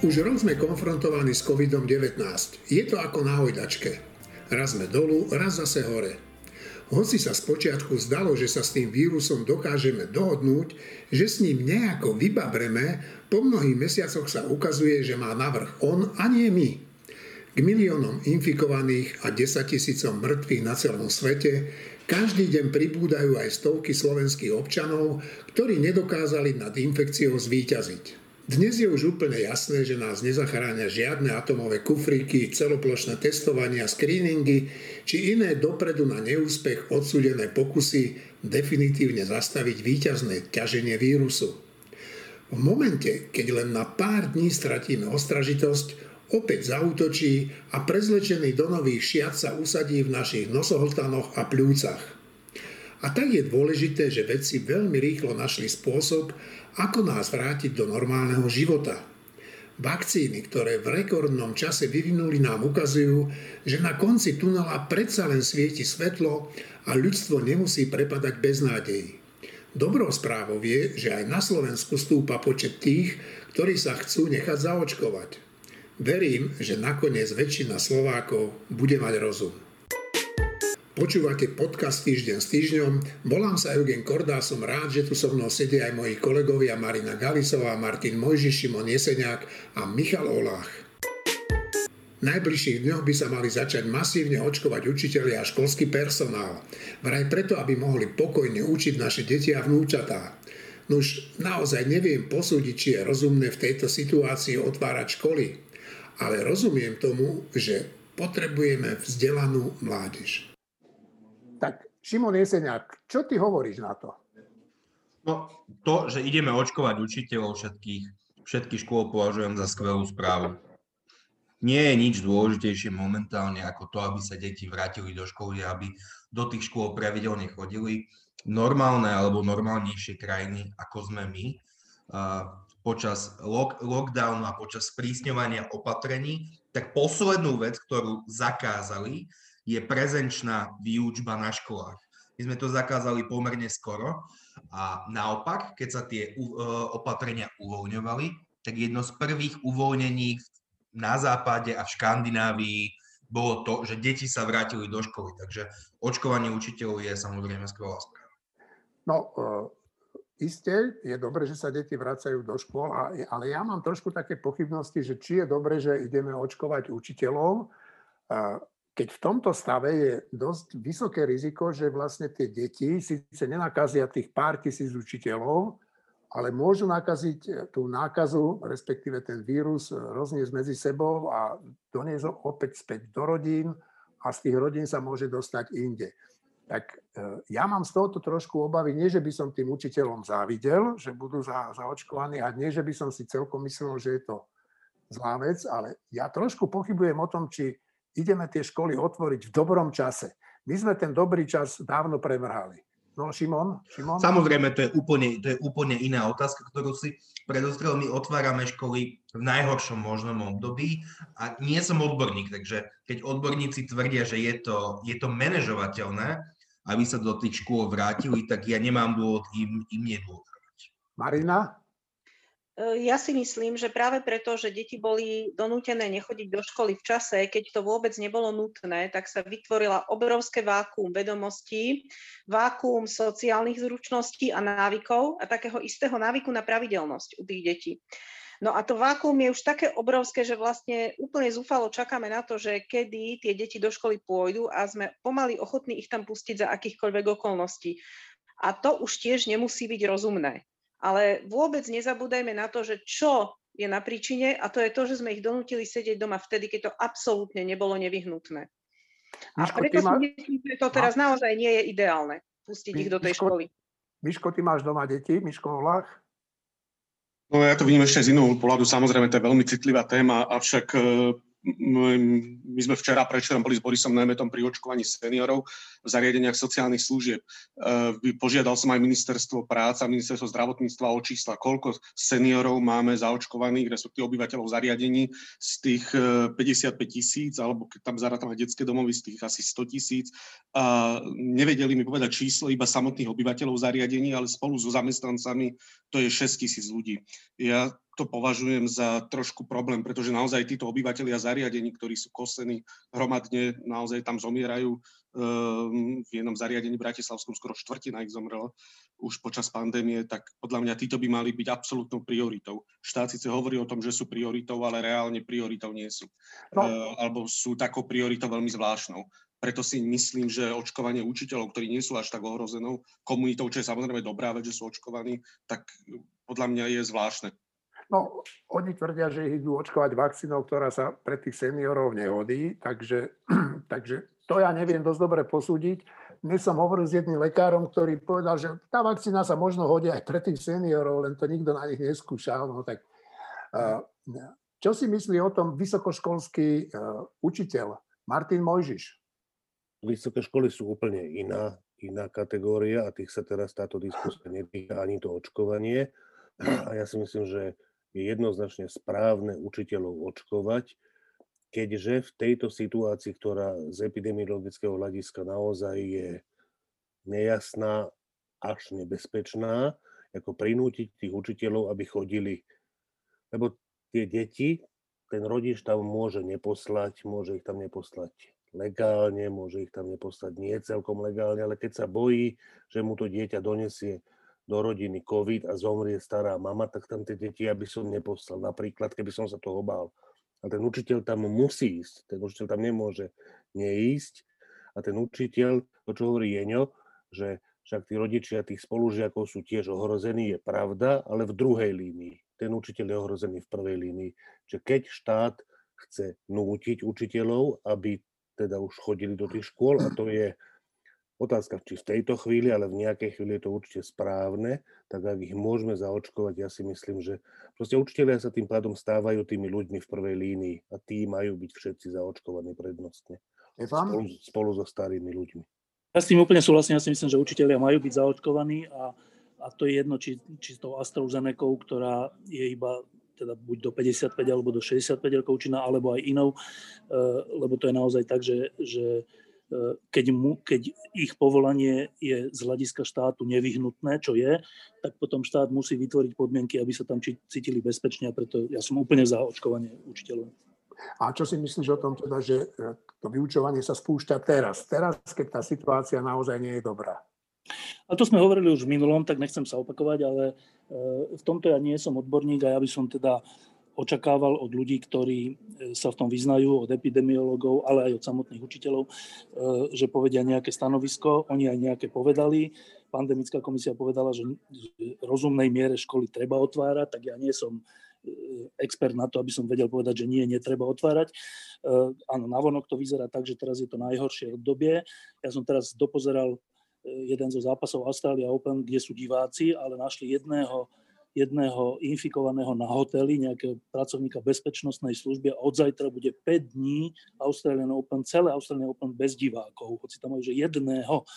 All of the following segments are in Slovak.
Už rok sme konfrontovaní s COVID-19. Je to ako na hojdačke. Raz sme dolu, raz zase hore. Hoci sa spočiatku zdalo, že sa s tým vírusom dokážeme dohodnúť, že s ním nejako vybabreme, po mnohých mesiacoch sa ukazuje, že má navrch on a nie my. K miliónom infikovaných a 10 000 mŕtvych na celom svete každý deň pribúdajú aj stovky slovenských občanov, ktorí nedokázali nad infekciou zvíťaziť. Dnes je už úplne jasné, že nás nezachránia žiadne atomové kufríky, celoplošné testovania, screeningy či iné dopredu na neúspech odsúdené pokusy definitívne zastaviť víťazné ťaženie vírusu. V momente, keď len na pár dní stratíme ostražitosť, opäť zaútočí a prezlečený do nových šiat sa usadí v našich nosohltanoch a pľúcach. A tak je dôležité, že vedci veľmi rýchlo našli spôsob, ako nás vrátiť do normálneho života. Vakcíny, ktoré v rekordnom čase vyvinuli, nám ukazujú, že na konci tunela predsa len svieti svetlo a ľudstvo nemusí prepadať bez nádejí. Dobrou správou je, že aj na Slovensku stúpa počet tých, ktorí sa chcú nechať zaočkovať. Verím, že nakoniec väčšina Slovákov bude mať rozum. Počúvate podcast Týždeň s týždňom. Volám sa Eugen Korda, som rád, že tu so mnou sedia aj moji kolegovia Marina Galisová, Martin Mojžiš, Šimon Jeseniak a Michal Olách. V najbližších dňoch by sa mali začať masívne očkovať učitelia a školský personál. Vraj preto, aby mohli pokojne učiť naše deti a vnúčatá. Nuž naozaj neviem posúdiť, či je rozumné v tejto situácii otvárať školy. Ale rozumiem tomu, že potrebujeme vzdelanú mládež. Tak, Šimon Jeseniak, čo ty hovoríš na to? No, to, že ideme očkovať učiteľov všetkých škôl, považujem za skvelú správu. Nie je nič dôležitejšie momentálne ako to, aby sa deti vrátili do školy, aby do tých škôl pravidelne chodili. Normálne alebo normálnejšie krajiny, ako sme my, počas lockdownu a počas sprísňovania opatrení, tak poslednú vec, ktorú zakázali, je prezenčná výučba na školách. My sme to zakázali pomerne skoro a naopak, keď sa tie opatrenia uvoľňovali, tak jedno z prvých uvoľnení na západe a v Škandinávii bolo to, že deti sa vrátili do školy. Takže očkovanie učiteľov je samozrejme skvelá správa. No, isté, je dobré, že sa deti vracajú do škôl, ale ja mám trošku také pochybnosti, že či je dobré, že ideme očkovať učiteľov, keď v tomto stave je dosť vysoké riziko, že vlastne tie deti síce nenakazia tých pár tisíc učiteľov, ale môžu nakaziť tú nákazu, respektíve ten vírus rozniesť medzi sebou a doniesť opäť späť do rodín a z tých rodín sa môže dostať inde. Tak ja mám z tohoto trošku obavy, nie že by som tým učiteľom závidel, že budú zaočkovaní a nie že by som si celkom myslel, že je to zlá vec, ale ja trošku pochybujem o tom, či ideme tie školy otvoriť v dobrom čase. My sme ten dobrý čas dávno premrhali. No, Šimon? Samozrejme, to je úplne iná otázka, ktorú si predostrel. My otvárame školy v najhoršom možnom období a nie som odborník, takže keď odborníci tvrdia, že je to manažovateľné, aby sa do tých škôl vrátili, tak ja nemám dôvod im nedôverovať. Marina? Ja si myslím, že práve preto, že deti boli donútené nechodiť do školy v čase, keď to vôbec nebolo nutné, tak sa vytvorila obrovské vákuum vedomostí, vákuum sociálnych zručností a návykov a takého istého návyku na pravidelnosť u tých detí. No a to vákuum je už také obrovské, že vlastne úplne zúfalo čakáme na to, že kedy tie deti do školy pôjdu a sme pomaly ochotní ich tam pustiť za akýchkoľvek okolností. A to už tiež nemusí byť rozumné. Ale vôbec nezabúdajme na to, že čo je na príčine a to je to, že sme ich donútili sedieť doma vtedy, keď to absolútne nebolo nevyhnutné. A preto si myslím, že to teraz naozaj nie je ideálne pustiť ich do tej školy. Miško, ty máš doma deti? Miško Olách? No ja to vidím ešte z iného pohľadu. Samozrejme, to je veľmi citlivá téma, avšak my sme včera prečerom boli s Borisom Németom pri očkovaní seniorov v zariadeniach sociálnych služieb. Požiadal som aj ministerstvo práce a ministerstvo zdravotníctva o čísla, koľko seniorov máme zaočkovaných, respektíve obyvateľov zariadení z tých 55 000, alebo keď tam zarátame detské domovy, z tých asi 100 000. Nevedeli mi povedať číslo iba samotných obyvateľov zariadení, ale spolu so zamestnancami to je 6 000 ľudí. Ja to považujem za trošku problém, pretože naozaj títo obyvatelia zariadení, ktorí sú kosení hromadne, naozaj tam zomierajú. V jednom zariadení bratislavskom skoro štvrtina ich zomrela už počas pandémie, tak podľa mňa títo by mali byť absolútnou prioritou. Štát síce hovorí o tom, že sú prioritou, ale reálne prioritou nie sú. Alebo sú takou prioritou veľmi zvláštnou. Preto si myslím, že očkovanie učiteľov, ktorí nie sú až tak ohrozenou komunitou, čo je samozrejme dobrá vec, že sú očkovaní, tak podľa mňa je zvláštne. No, oni tvrdia, že ich idú očkovať vakcínou, ktorá sa pre tých seniorov nehodí, takže to ja neviem dosť dobre posúdiť. Dnes som hovoril s jedným lekárom, ktorý povedal, že tá vakcína sa možno hodí aj pre tých seniorov, len to nikto na nich neskúšal. No, tak, čo si myslí o tom vysokoškolský učiteľ Martin Mojžiš? Vysoké školy sú úplne iná kategória a tých sa teraz táto diskusia netýka ani to očkovanie. A ja si myslím, že je jednoznačne správne učiteľov očkovať, keďže v tejto situácii, ktorá z epidemiologického hľadiska naozaj je nejasná až nebezpečná, ako prinútiť tých učiteľov, aby chodili. Lebo tie deti, ten rodič tam môže ich tam neposlať legálne, môže ich tam neposlať nie celkom legálne, ale keď sa bojí, že mu to dieťa donesie do rodiny COVID a zomrie stará mama, tak tam tie deti ja by som neposlal. Napríklad, keby som sa toho bál. A ten učiteľ tam musí ísť. Ten učiteľ tam nemôže neísť. A ten učiteľ, to čo hovorí Jeňo, že však tí rodičia tých spolužiakov sú tiež ohrození, je pravda, ale v druhej línii. Ten učiteľ je ohrozený v prvej línii. Čiže keď štát chce nútiť učiteľov, aby teda už chodili do tých škôl, a to je otázka, či v tejto chvíli, ale v nejakej chvíli je to určite správne, tak ak ich môžeme zaočkovať, ja si myslím, že proste učitelia sa tým pádom stávajú tými ľuďmi v prvej línii a tí majú byť všetci zaočkovaní prednostne. Spolu so starými ľuďmi. Ja s tým úplne súhlasím, ja si myslím, že učitelia majú byť zaočkovaní a to je jedno, či s tou AstraZenecou, ktorá je iba teda buď do 55 alebo do 65 rokov účinná, alebo aj inou, lebo to je naozaj tak, že keď ich povolanie je z hľadiska štátu nevyhnutné, čo je, tak potom štát musí vytvoriť podmienky, aby sa tam cítili bezpečne, a preto ja som úplne za očkovanie učiteľov. A čo si myslíš o tom, teda, že to vyučovanie sa spúšťa teraz, keď tá situácia naozaj nie je dobrá? A to sme hovorili už v minulom, tak nechcem sa opakovať, ale v tomto ja nie som odborník a ja by som teda očakával od ľudí, ktorí sa v tom vyznajú, od epidemiológov, ale aj od samotných učiteľov, že povedia nejaké stanovisko. Oni aj nejaké povedali. Pandemická komisia povedala, že v rozumnej miere školy treba otvárať, tak ja nie som expert na to, aby som vedel povedať, že nie, netreba otvárať. Áno, navonok to vyzerá tak, že teraz je to najhoršie obdobie. Ja som teraz dopozeral jeden zo zápasov Australia Open, kde sú diváci, ale našli jedného infikovaného na hoteli, nejakého pracovníka bezpečnostnej služby, a od zajtra bude 5 dní Australian Open, celé Australian Open bez divákov, hoci tam majú že jedného.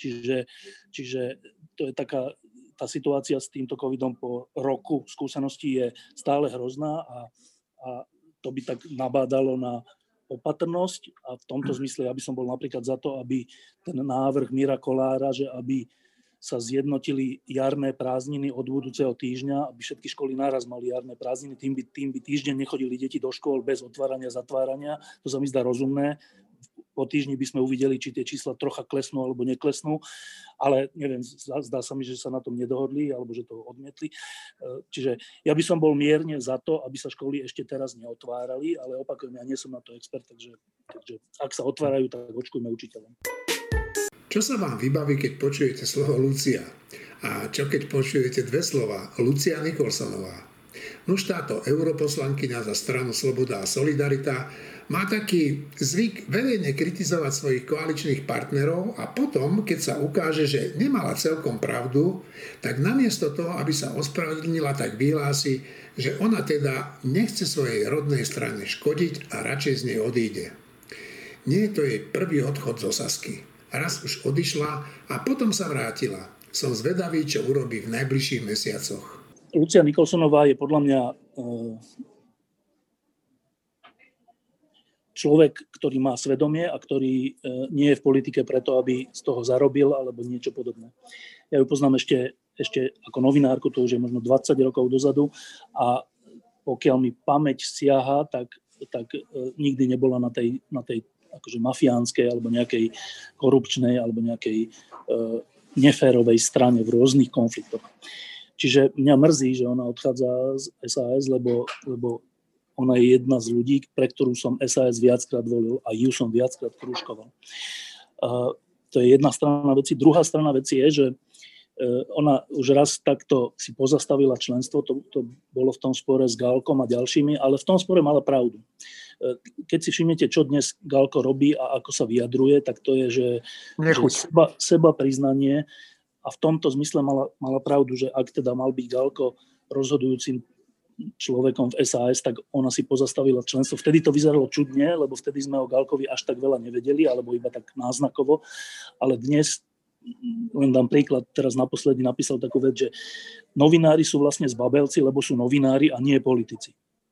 Čiže to je taká, tá situácia s týmto covidom po roku skúseností je stále hrozná a to by tak nabádalo na opatrnosť, a v tomto zmysle ja by som bol napríklad za to, aby ten návrh Mira Kolára, že aby sa zjednotili jarné prázdniny od budúceho týždňa, aby všetky školy naraz mali jarné prázdniny, tým by týždeň nechodili deti do škôl bez otvárania, zatvárania. To sa mi zdá rozumné. Po týždni by sme uvideli, či tie čísla trocha klesnú alebo neklesnú, ale neviem, zdá sa mi, že sa na tom nedohodli alebo že to odmietli. Čiže ja by som bol mierne za to, aby sa školy ešte teraz neotvárali, ale opakujem, ja nie som na to expert, takže ak sa otvárajú, tak očkujme učiteľom. Čo sa vám vybaví, keď počujete slovo Lucia? A čo keď počujete dve slova Lucia Nikolsonová? Nuž táto europoslankyňa za stranu Sloboda a Solidarita má taký zvyk verejne kritizovať svojich koaličných partnerov a potom, keď sa ukáže, že nemala celkom pravdu, tak namiesto toho, aby sa ospravedlnila, tak vyhlási, že ona teda nechce svojej rodnej strane škodiť a radšej z nej odíde. Nie je to jej prvý odchod zo Sasky. Raz už odišla a potom sa vrátila. Som zvedavý, čo urobí v najbližších mesiacoch. Lucia Nikolsonová je podľa mňa človek, ktorý má svedomie a ktorý nie je v politike preto, aby z toho zarobil alebo niečo podobné. Ja ju poznám ešte ako novinárku, to už je možno 20 rokov dozadu, a pokiaľ mi pamäť siaha, tak nikdy nebola na tej akože mafiánskej alebo nejakej korupčnej alebo nejakej neférovej strane v rôznych konfliktoch. Čiže mňa mrzí, že ona odchádza z SAS, lebo ona je jedna z ľudí, pre ktorú som SAS viackrát volil a ju som viackrát krúžkoval. To je jedna strana veci. Druhá strana veci je, že ona už raz takto si pozastavila členstvo, to bolo v tom spore s Galkom a ďalšími, ale v tom spore mala pravdu. Keď si všimnete, čo dnes Galko robí a ako sa vyjadruje, tak to je, že seba priznanie a v tomto zmysle mala pravdu, že ak teda mal byť Galko rozhodujúcim človekom v SAS, tak ona si pozastavila členstvo. Vtedy to vyzeralo čudne, lebo vtedy sme o Galkovi až tak veľa nevedeli, alebo iba tak náznakovo, ale dnes len dám príklad, teraz naposledy napísal takú vec, že novinári sú vlastne zbabelci, lebo sú novinári a nie politici.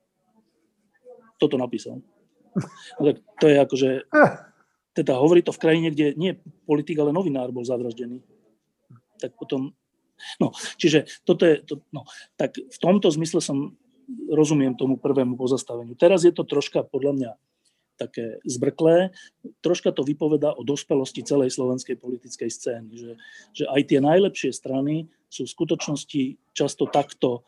Toto napísal. No tak to je akože, teda hovorí to v krajine, kde nie politik, ale novinár bol zavraždený. Tak potom, no, čiže toto je, tak v tomto zmysle rozumiem tomu prvému pozastaveniu. Teraz je to troška podľa mňa také zbrklé. Troška to vypovedá o dospelosti celej slovenskej politickej scény, že aj tie najlepšie strany sú v skutočnosti často takto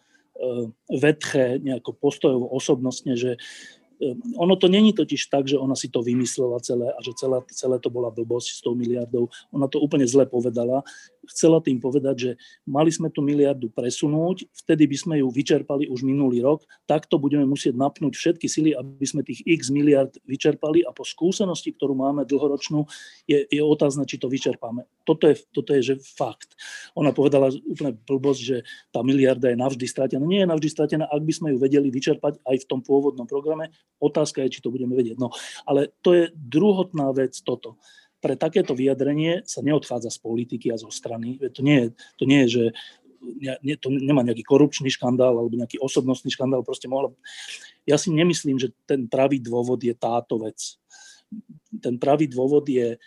vetché nejako postojovo osobnostne, že ono to není totiž tak, že ona si to vymyslela celé a že celé to bola blbosť 100 miliardov. Ona to úplne zle povedala. Chcela tým povedať, že mali sme tú miliardu presunúť, vtedy by sme ju vyčerpali už minulý rok, takto budeme musieť napnúť všetky sily, aby sme tých x miliard vyčerpali a po skúsenosti, ktorú máme dlhoročnú, je otázne, či to vyčerpáme. Toto je že fakt. Ona povedala úplne blbosť, že tá miliarda je navždy stratená. Nie je navždy stratená, ak by sme ju vedeli vyčerpať aj v tom pôvodnom programe. Otázka je, či to budeme vedieť. No, ale to je druhotná vec toto. Pre takéto vyjadrenie sa neodchádza z politiky a zo strany. To nie je, že to nemá nejaký korupčný škandál alebo nejaký osobnostný škandál. Ja si nemyslím, že ten pravý dôvod je táto vec. Ten pravý dôvod je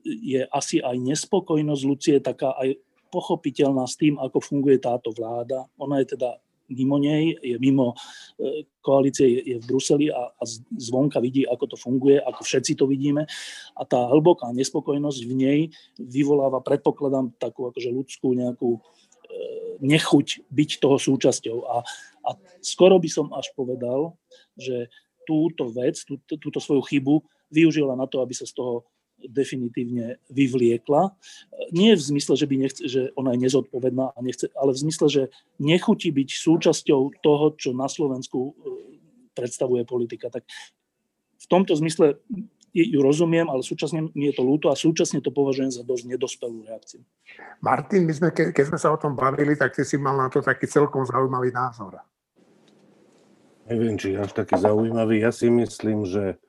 asi aj nespokojnosť Lucie, taká aj pochopiteľná s tým, ako funguje táto vláda. Ona je teda mimo nej, je mimo koalície, je v Bruseli a zvonka vidí, ako to funguje, ako všetci to vidíme. A tá hlboká nespokojnosť v nej vyvoláva, predpokladám, takú akože ľudskú nejakú nechuť byť toho súčasťou. A skoro by som až povedal, že túto vec, túto svoju chybu využila na to, aby sa z toho definitívne vyvliekla. Nie v zmysle, že ona je nezodpovedná a nechce, ale v zmysle, že nechutí byť súčasťou toho, čo na Slovensku predstavuje politika. Tak v tomto zmysle ju rozumiem, ale súčasne mi je to ľúto a súčasne to považujem za dosť nedospelú reakciu. Martin, keď sme sa o tom bavili, tak ty si mal na to taký celkom zaujímavý názor. Neviem, či až taký zaujímavý. Ja si myslím, že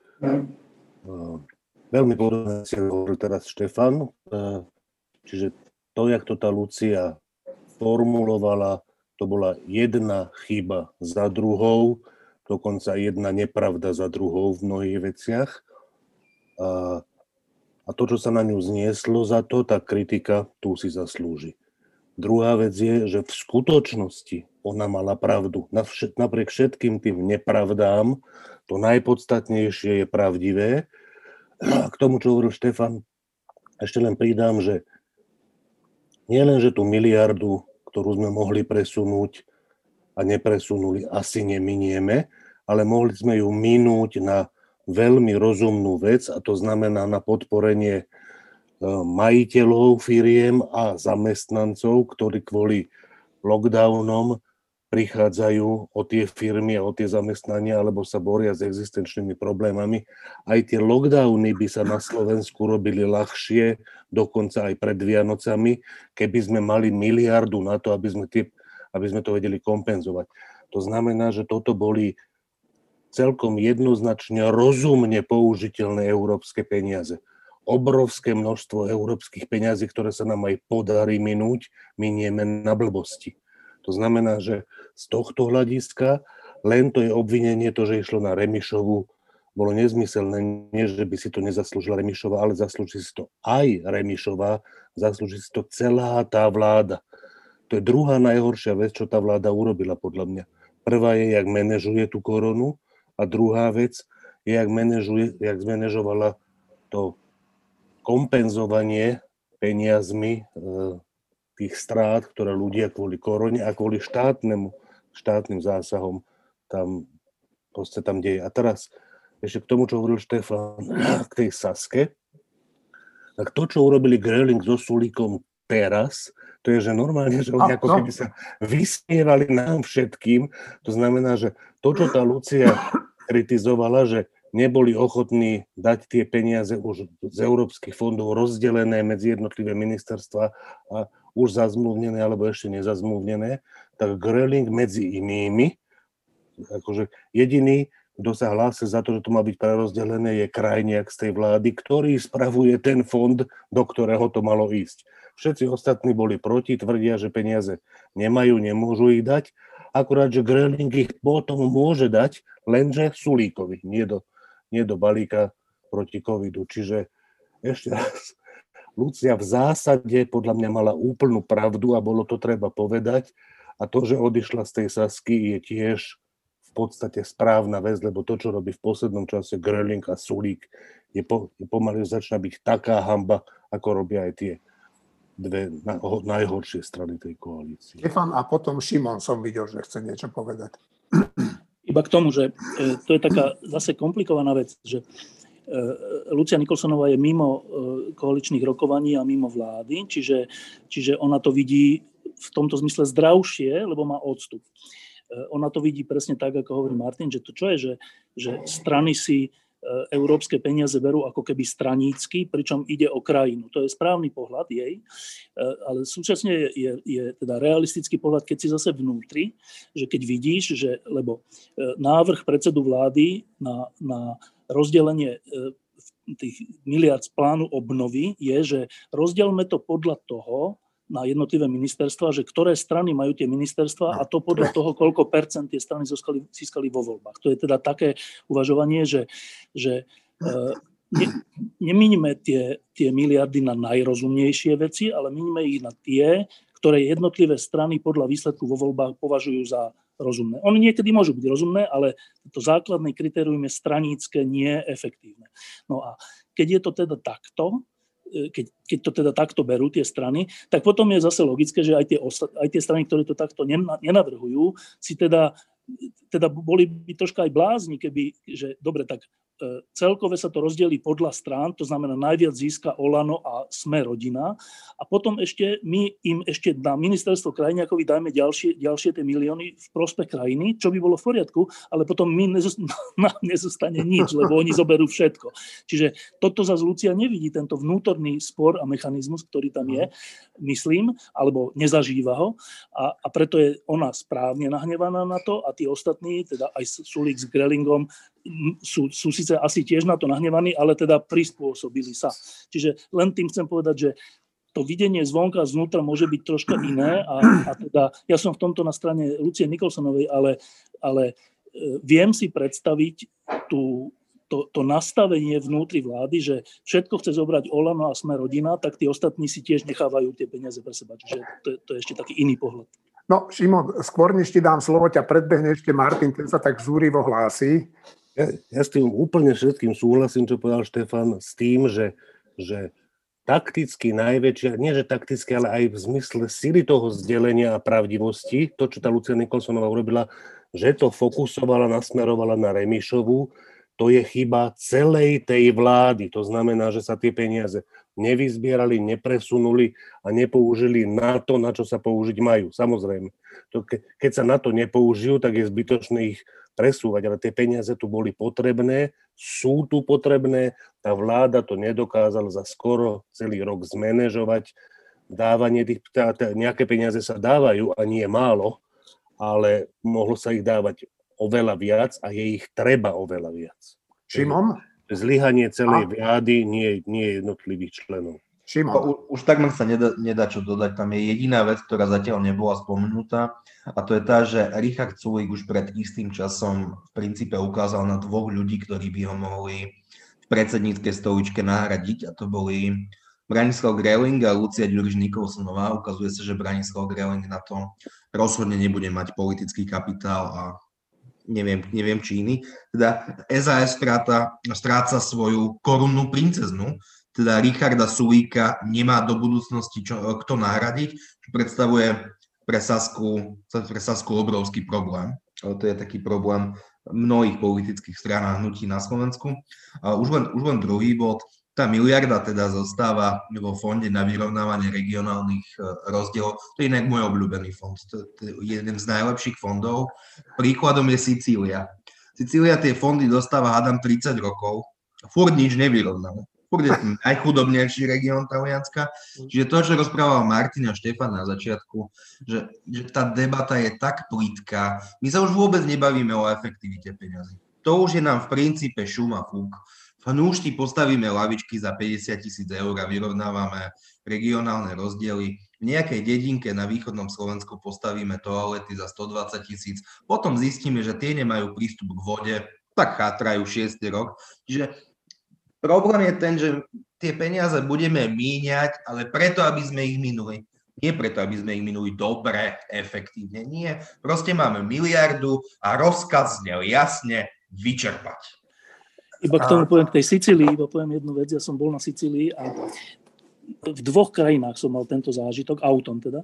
veľmi podobne si hovoril teraz Štefan. Čiže to, jak to tá Lucia formulovala, to bola jedna chyba za druhou, dokonca jedna nepravda za druhou v mnohých veciach. A to, čo sa na ňu znieslo za to, tá kritika tu si zaslúži. Druhá vec je, že v skutočnosti ona mala pravdu. Napriek všetkým tým nepravdám, to najpodstatnejšie je pravdivé. A k tomu, čo hovoril Štefan, ešte len pridám, že nie len, že tú miliardu, ktorú sme mohli presunúť a nepresunuli, asi neminieme, ale mohli sme ju minúť na veľmi rozumnú vec, a to znamená na podporenie majiteľov firiem a zamestnancov, ktorí kvôli lockdownom prichádzajú o tie firmy a o tie zamestnania, alebo sa boria s existenčnými problémami. Aj tie lockdowny by sa na Slovensku robili ľahšie, dokonca aj pred Vianocami, keby sme mali miliardu na to, aby sme to vedeli kompenzovať. To znamená, že toto boli celkom jednoznačne rozumne použiteľné európske peniaze. Obrovské množstvo európskych peňazí, ktoré sa nám aj podarí minúť, minieme na blbosti. To znamená, že z tohto hľadiska len to je obvinenie, to, že išlo na Remišovu, bolo nezmyselné. Nie, že by si to nezaslúžila Remišová, ale zaslúži si to aj Remišová, zaslúži si to celá tá vláda. To je druhá najhoršia vec, čo tá vláda urobila, podľa mňa. Prvá je, jak manažuje tú koronu a druhá vec je, jak zmanéžovala to kompenzovanie peniazmi tých strát, ktoré ľudia kvôli korone a kvôli štátnym zásahom tam deje. A teraz ešte k tomu, čo hovoril Štefan, k tej Saske, tak to, čo urobili Gröling so Sulíkom teraz, to je, že normálne, že oni ako keby sa vysmievali nám všetkým. To znamená, že to, čo tá Lucia kritizovala, že neboli ochotní dať tie peniaze už z európskych fondov rozdelené medzi jednotlivé ministerstva a už zazmluvnené alebo ešte nezazmluvnené, tak Gröling medzi inými, akože jediný, kto sa hlási za to, že to má byť prerozdelené, je krajniak z tej vlády, ktorý spravuje ten fond, do ktorého to malo ísť. Všetci ostatní boli proti, tvrdia, že peniaze nemajú, nemôžu ich dať, akurát, že Gröling ich potom môže dať, lenže Sulíkovi, nie do balíka proti covidu. Čiže ešte raz, Lucia v zásade podľa mňa mala úplnú pravdu a bolo to treba povedať. A to, že odišla z tej Sasky, je tiež v podstate správna vec, lebo to, čo robí v poslednom čase Gröling a Sulík, je pomaly začína byť taká hanba, ako robia aj tie dve najhoršie strany tej koalície. Štefan a potom Šimon som videl, že chce niečo povedať. Iba k tomu, že to je taká zase komplikovaná vec, že Lucia Nikolsonová je mimo koaličných rokovaní a mimo vlády, čiže ona to vidí v tomto zmysle zdravšie, lebo má odstup. Ona to vidí presne tak, ako hovorí Martin, že to čo je, že strany si európske peniaze berú ako keby stranícky, pričom ide o krajinu. To je správny pohľad jej, ale súčasne je teda realistický pohľad, keď si zase vnútri, že keď vidíš, že lebo návrh predsedu vlády na rozdelenie tých miliárd z plánu obnovy je, že rozdielme to podľa toho na jednotlivé ministerstva, že ktoré strany majú tie ministerstva a to podľa toho, koľko percent tie strany získali vo voľbách. To je teda také uvažovanie, že nemínime tie miliardy na najrozumnejšie veci, ale mínime ich na tie, ktoré jednotlivé strany podľa výsledku vo voľbách považujú za rozumné. Oni niekedy môžu byť rozumné, ale to základné kritérium je stranícke, nie efektívne. No a keď je to teda takto, keď to teda takto berú tie strany, tak potom je zase logické, že aj tie strany, ktoré to takto nenavrhujú, si teda boli by troška aj blázni, keby, že dobre, tak celkové sa to rozdelí podľa strán, to znamená najviac získa Olano a Sme rodina a potom ešte my im ešte na ministerstvo Krajniakovi dajme ďalšie tie milióny v prospech krajiny, čo by bolo v poriadku, ale potom nezostane nič, lebo oni zoberú všetko. Čiže toto zase Lucia nevidí, tento vnútorný spor a mechanizmus, ktorý tam je, myslím, alebo nezažíva ho a preto je ona správne nahnevaná na to a tí ostatní, teda aj Sulík s Grölingom, sú síce asi tiež na to nahnevaní, ale teda prispôsobili sa. Čiže len tým chcem povedať, že to videnie zvonka a zvnútra môže byť troška iné a teda ja som v tomto na strane Lucie Nikolsonovej, ale viem si predstaviť to nastavenie vnútri vlády, že všetko chce zobrať Olano a Sme rodina, tak tí ostatní si tiež nechávajú tie peniaze pre seba. Čiže to je ešte taký iný pohľad. No, Šimon, skôr než ti dám slovo, ťa predbehne ešte Martin, ten sa tak zúrivo hlási. Ja s tým úplne všetkým súhlasím, čo povedal Štefan, s tým, že takticky najväčšia, nie že takticky, ale aj v zmysle sily toho zdelenia a pravdivosti, to, čo tá Lucia Nikolsonová urobila, že to fokusovala, nasmerovala na Remišovu, to je chyba celej tej vlády. To znamená, že sa tie peniaze nevyzbierali, nepresunuli a nepoužili na to, na čo sa použiť majú. Samozrejme, keď sa na to nepoužijú, tak je zbytočné ich presúvať, ale tie peniaze tu boli potrebné, sú tu potrebné, tá vláda to nedokázala za skoro celý rok zmanéžovať. Dávanie nejaké peniaze sa dávajú a nie málo, ale mohlo sa ich dávať oveľa viac a je ich treba oveľa viac. Šimon? Zlyhanie celej vlády, nie jednotlivých členov. Šimon. Už takmer sa nedá čo dodať. Tam je jediná vec, ktorá zatiaľ nebola spomenutá, a to je tá, že Richard Sulík už pred istým časom v princípe ukázal na dvoch ľudí, ktorí by ho mohli v predsedníckej stoličke nahradiť, a to boli Branislav Greling a Lucia Ďuriš-Nikolsonová. Ukazuje sa, že Branislav Greling na to rozhodne nebude mať politický kapitál a neviem či iný. Teda SAS stráca svoju korunnú princeznu, teda Richarda Sulíka nemá do budúcnosti kto nahradiť, čo predstavuje pre Sasku obrovský problém. Ale to je taký problém mnohých politických strán a hnutí na Slovensku. A už len druhý bod. Tá miliarda teda zostáva vo fonde na vyrovnávanie regionálnych rozdielov. To je inak môj obľúbený fond. To je jeden z najlepších fondov. Príkladom je Sicília. Sicília tie fondy dostáva, hádam, 30 rokov. Furt nič nevyrovnal. Furt je najchudobnejší región Talianska. Čiže to, čo rozprával Martin a Štefan na začiatku, že tá debata je tak plitká. My sa už vôbec nebavíme o efektivite peňazí. To už je nám v princípe šum a fúk. V Hnúšti postavíme lavičky za 50 000 eur a vyrovnávame regionálne rozdiely. V nejakej dedinke na východnom Slovensku postavíme toalety za 120 000. Potom zistíme, že tie nemajú prístup k vode, tak chátrajú 6. rok. Čiže problém je ten, že tie peniaze budeme míňať, ale preto, aby sme ich minuli. Nie preto, aby sme ich minuli dobre, efektívne. Nie. Proste máme miliardu a rozkaz znel jasne vyčerpať. Iba k tomu poviem, k tej Sicílii, poviem jednu vec. Ja som bol na Sicílii a v 2 krajinách som mal tento zážitok, autom teda.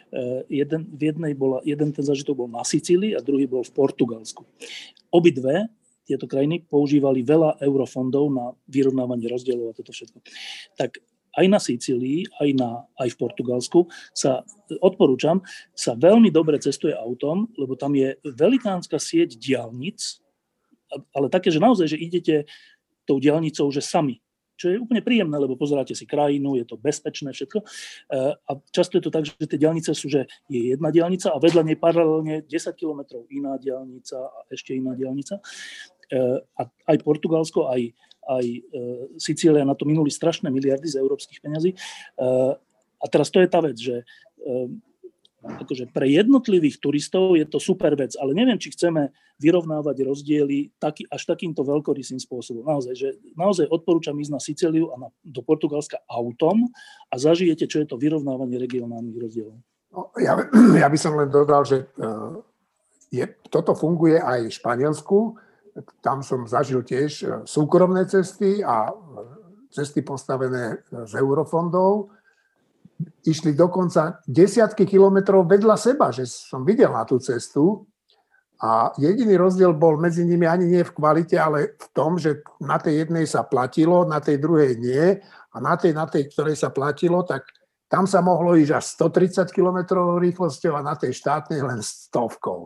Jeden ten zážitok bol na Sicílii a druhý bol v Portugalsku. Obidve tieto krajiny používali veľa eurofondov na vyrovnávanie rozdielov a toto všetko. Tak aj na Sicílii, aj v Portugalsku odporúčam, sa veľmi dobre cestuje autom, lebo tam je velikánska sieť diaľnic, ale také, že naozaj, že idete tou diaľnicou, že sami. Čo je úplne príjemné, lebo pozeráte si krajinu, je to bezpečné, všetko. A často je to tak, že tie diaľnice sú, že je jedna diaľnica a vedľa nej paralelne 10 kilometrov iná diaľnica a ešte iná diaľnica. A aj Portugalsko, aj Sicília na to minuli strašné miliardy z európskych peňazí. A teraz to je tá vec, že akože pre jednotlivých turistov je to super vec, ale neviem, či chceme vyrovnávať rozdiely až takýmto veľkorysým spôsobom. Naozaj odporúčam ísť na Sicíliu a do Portugalska autom a zažijete, čo je to vyrovnávanie regionálnych rozdielov. No, ja by som len dodal, že toto funguje aj v Španielsku. Tam som zažil tiež súkromné cesty a cesty postavené z eurofondov. Išli dokonca desiatky kilometrov vedľa seba, že som videl na tú cestu a jediný rozdiel bol medzi nimi ani nie v kvalite, ale v tom, že na tej jednej sa platilo, na tej druhej nie a na tej, ktorej sa platilo, tak tam sa mohlo ísť až 130 km rýchlosťou a na tej štátnej len 100.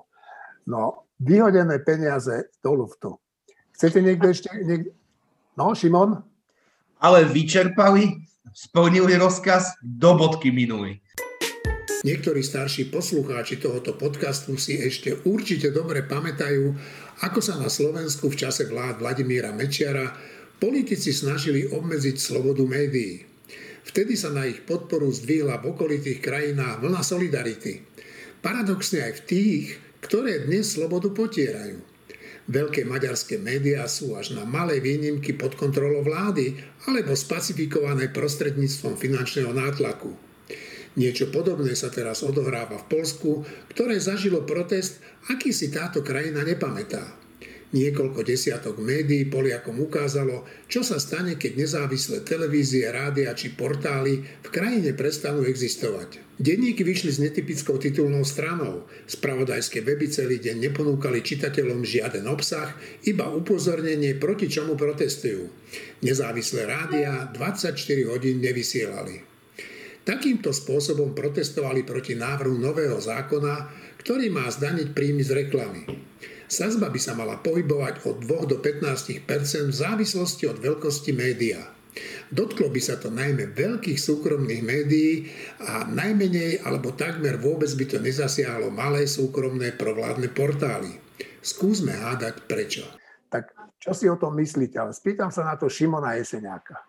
No, vyhodené peniaze do luftu. Chcete niekto ešte? No, Šimon? Ale vyčerpali? Splnili rozkaz, do bodky minuli. Niektorí starší poslucháči tohoto podcastu si ešte určite dobre pamätajú, ako sa na Slovensku v čase vlád Vladimíra Mečiara politici snažili obmedziť slobodu médií. Vtedy sa na ich podporu zdvihla v okolitých krajinách vlna solidarity. Paradoxne aj v tých, ktoré dnes slobodu potierajú. Veľké maďarské médiá sú až na malé výnimky pod kontrolou vlády alebo spacifikované prostredníctvom finančného nátlaku. Niečo podobné sa teraz odohráva v Poľsku, ktoré zažilo protest, aký si táto krajina nepamätá. Niekoľko desiatok médií Poliakom ukázalo, čo sa stane, keď nezávislé televízie, rádia či portály v krajine prestanú existovať. Denníky vyšli s netypickou titulnou stranou. Spravodajské weby celý deň neponúkali čitateľom žiaden obsah, iba upozornenie, proti čomu protestujú. Nezávislé rádia 24 hodín nevysielali. Takýmto spôsobom protestovali proti návrhu nového zákona, ktorý má zdaniť príjmy z reklamy. Sadzba by sa mala pohybovať od 2 do 15% v závislosti od veľkosti média. Dotklo by sa to najmä veľkých súkromných médií a najmenej alebo takmer vôbec by to nezasiahlo malé súkromné provládne portály. Skúsme hádať prečo. Tak čo si o tom myslíte? Ale spýtam sa na to Šimona Jeseniaka.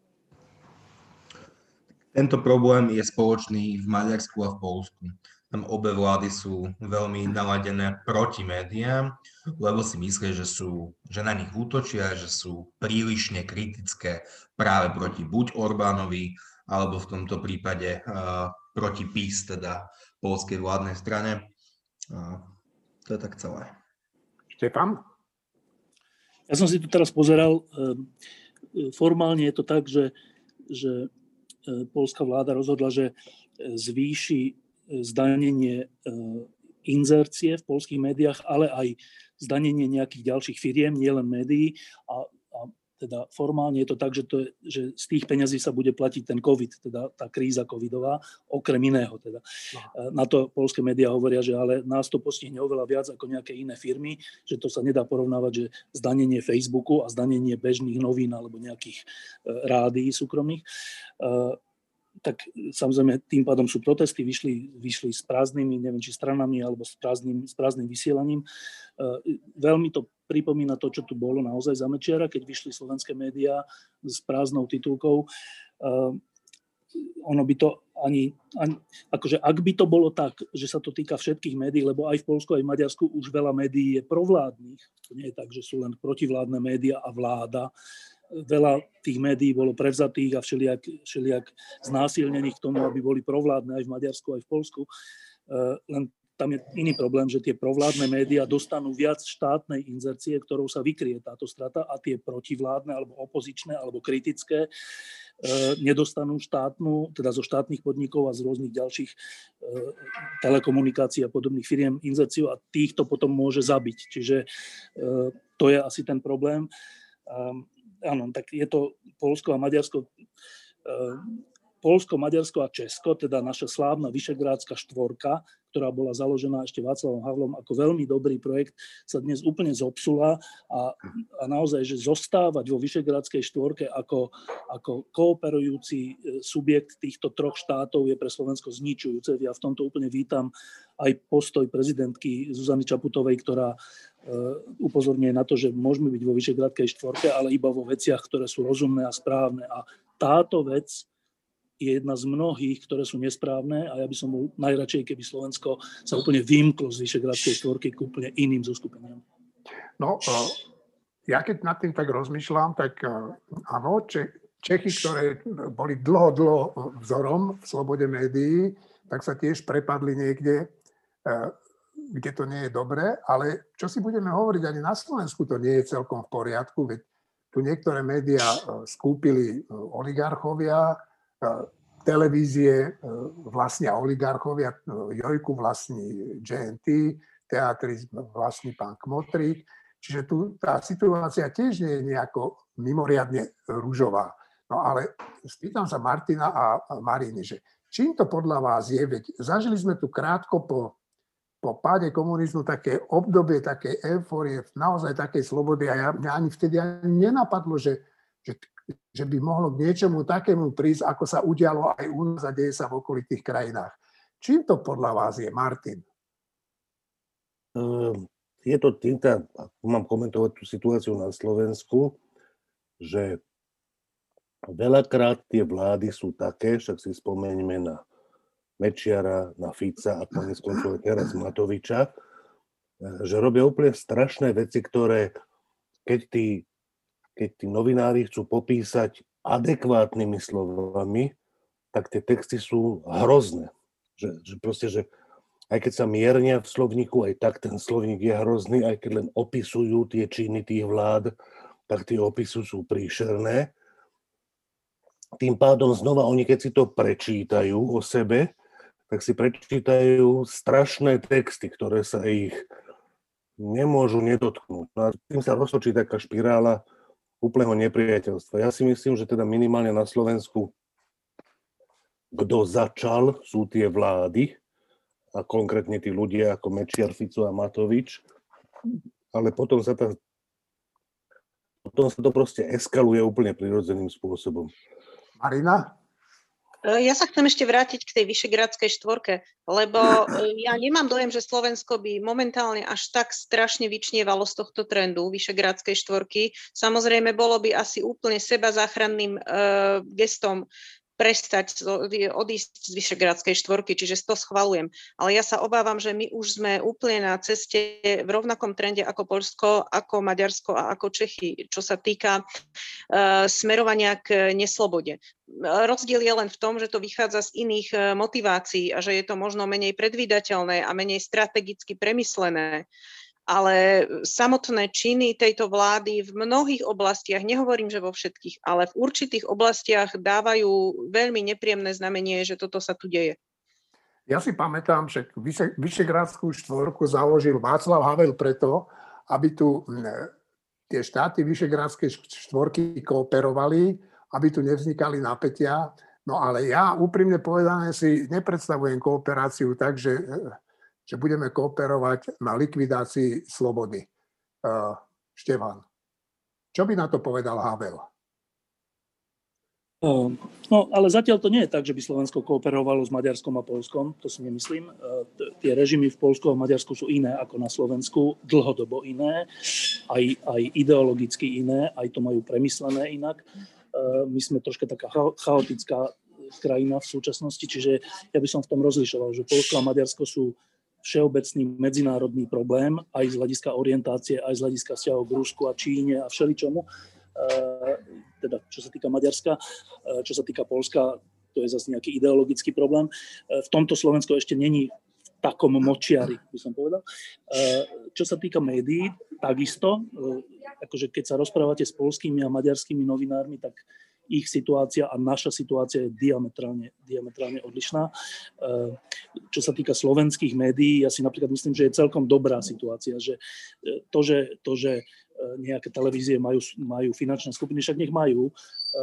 Tento problém je spoločný v Maďarsku a v Poľsku. Tam obe vlády sú veľmi naladené proti médiám, lebo si myslia, že na nich útočia, že sú prílišne kritické práve proti buď Orbánovi, alebo v tomto prípade proti PiS, teda poľskej vládnej strane. To je tak celé. Štefan? Ja som si tu teraz pozeral, formálne je to tak, že poľská vláda rozhodla, že zvýši zdanenie inzercie v poľských médiách, ale aj zdanenie nejakých ďalších firiem, nielen médií. A teda formálne je to tak, že z tých peňazí sa bude platiť ten COVID, teda tá kríza covidová, okrem iného. Teda. Na to poľské médiá hovoria, že ale nás to postihne oveľa viac ako nejaké iné firmy, že to sa nedá porovnávať, že zdanenie Facebooku a zdanenie bežných novín alebo nejakých rádií súkromných. Tak samozrejme tým pádom sú protesty, vyšli s prázdnymi, neviem či stranami alebo s prázdnym vysielaním. Veľmi to pripomína to, čo tu bolo naozaj za Mečiara, keď vyšli slovenské médiá s prázdnou titulkou. Ono by to akože ak by to bolo tak, že sa to týka všetkých médií, lebo aj v Poľsku, aj v Maďarsku už veľa médií je provládnych, to nie je tak, že sú len protivládne médiá a vláda. Veľa tých médií bolo prevzatých a všelijak znásilnených k tomu, aby boli provládne aj v Maďarsku, aj v Poľsku. Len tam je iný problém, že tie provládne médiá dostanú viac štátnej inzercie, ktorou sa vykrie táto strata, a tie protivládne, alebo opozičné, alebo kritické nedostanú štátnu, teda zo štátnych podnikov a z rôznych ďalších telekomunikácií a podobných firiem inzerciu, a týchto potom môže zabiť. Čiže to je asi ten problém. Áno, tak je to Poľsko a Maďarsko. Poľsko, Maďarsko a Česko, teda naša slávna Vyšegrádska štvorka, ktorá bola založená ešte Václavom Havlom ako veľmi dobrý projekt, sa dnes úplne zopsula a naozaj, že zostávať vo Vyšegrádskej štvorke ako kooperujúci subjekt týchto troch štátov je pre Slovensko zničujúce. Ja v tomto úplne vítam aj postoj prezidentky Zuzany Čaputovej, ktorá upozorňuje na to, že môžeme byť vo Vyšegrádskej štvorke, ale iba vo veciach, ktoré sú rozumné a správne. A táto vec je jedna z mnohých, ktoré sú nesprávne, a ja by som bol najradšej, keby Slovensko sa úplne vymklo z Vyšegrádskej štvorky k úplne iným zoskupeniam. No, ja keď nad tým tak rozmýšľam, tak áno, Čechy, ktoré boli dlho vzorom v slobode médií, tak sa tiež prepadli niekde, kde to nie je dobré, ale čo si budeme hovoriť, ani na Slovensku to nie je celkom v poriadku, veď tu niektoré médiá skúpili oligarchovia, televízie vlastnia oligarchovia, Jojku vlastní JNT, teatry vlastní pán Kmotrík, čiže tu tá situácia tiež nie je nejako mimoriadne ružová. No ale spýtam sa Martina a Mariny, že čím to podľa vás je, veď zažili sme tu krátko po páde komunizmu také obdobie, také eufórie, naozaj takej slobody, a mňa ani vtedy nenapadlo, že by mohlo k niečomu takému prísť, ako sa udialo aj u nás a deje sa v okolitých krajinách. Čím to podľa vás je, Martin? Je to týmto, mám komentovať tú situáciu na Slovensku, že veľakrát tie vlády sú také, však si spomeňme na Mečiara, na Fica a konec koncov teraz Matoviča, že robia úplne strašné veci, ktoré keď tí novinári chcú popísať adekvátnymi slovami, tak tie texty sú hrozné. Že proste, že aj keď sa miernia v slovníku, aj tak ten slovník je hrozný, aj keď len opisujú tie činy tých vlád, tak tie opisy sú príšerné. Tým pádom znova oni, keď si to prečítajú o sebe, tak si prečítajú strašné texty, ktoré sa ich nemôžu nedotknúť. No a tým sa roztočí taká špirála úplného nepriateľstva. Ja si myslím, že teda minimálne na Slovensku, kto začal, sú tie vlády a konkrétne tí ľudia ako Mečiar, Fico a Matovič, ale potom sa to proste eskaluje úplne prirodzeným spôsobom. Marina? Ja sa chcem ešte vrátiť k tej Vyšegrádskej štvorke, lebo ja nemám dojem, že Slovensko by momentálne až tak strašne vyčnievalo z tohto trendu Vyšegrádskej štvorky. Samozrejme, bolo by asi úplne sebazáchranným gestom prestať, odísť z Vyšegrádskej štvorky, čiže to schvaľujem. Ale ja sa obávam, že my už sme úplne na ceste v rovnakom trende ako Poľsko, ako Maďarsko a ako Čechy, čo sa týka smerovania k neslobode. Rozdiel je len v tom, že to vychádza z iných motivácií a že je to možno menej predvídateľné a menej strategicky premyslené. Ale samotné činy tejto vlády v mnohých oblastiach, nehovorím, že vo všetkých, ale v určitých oblastiach dávajú veľmi nepríjemné znamenie, že toto sa tu deje. Ja si pamätám, že Vyšegrádskú štvorku založil Václav Havel preto, aby tu tie štáty Vyšegrádskej štvorky kooperovali, aby tu nevznikali napätia. No ale ja úprimne povedané si nepredstavujem kooperáciu tak, že budeme kooperovať na likvidácii slobody. Štefan, čo by na to povedal Havel? No, ale zatiaľ to nie je tak, že by Slovensko kooperovalo s Maďarskom a Poľskom, to si nemyslím. Tie režimy v Poľsku a v Maďarsku sú iné ako na Slovensku, dlhodobo iné, aj ideologicky iné, aj to majú premyslené inak. My sme troška taká chaotická krajina v súčasnosti, čiže ja by som v tom rozlišoval, že Poľsko a Maďarsko sú všeobecný medzinárodný problém, aj z hľadiska orientácie, aj z hľadiska vzťahov k Rusku a Číne a všeličomu. Teda čo sa týka Maďarska, čo sa týka Poľska, to je zase nejaký ideologický problém. V tomto Slovensko ešte není v takom močiari, by som povedal. Čo sa týka médií, takisto, akože keď sa rozprávate s poľskými a maďarskými novinármi, tak ich situácia a naša situácia je diametrálne odlišná. Čo sa týka slovenských médií, ja si napríklad myslím, že je celkom dobrá situácia, že to, že nejaké televízie majú finančné skupiny, však nech majú.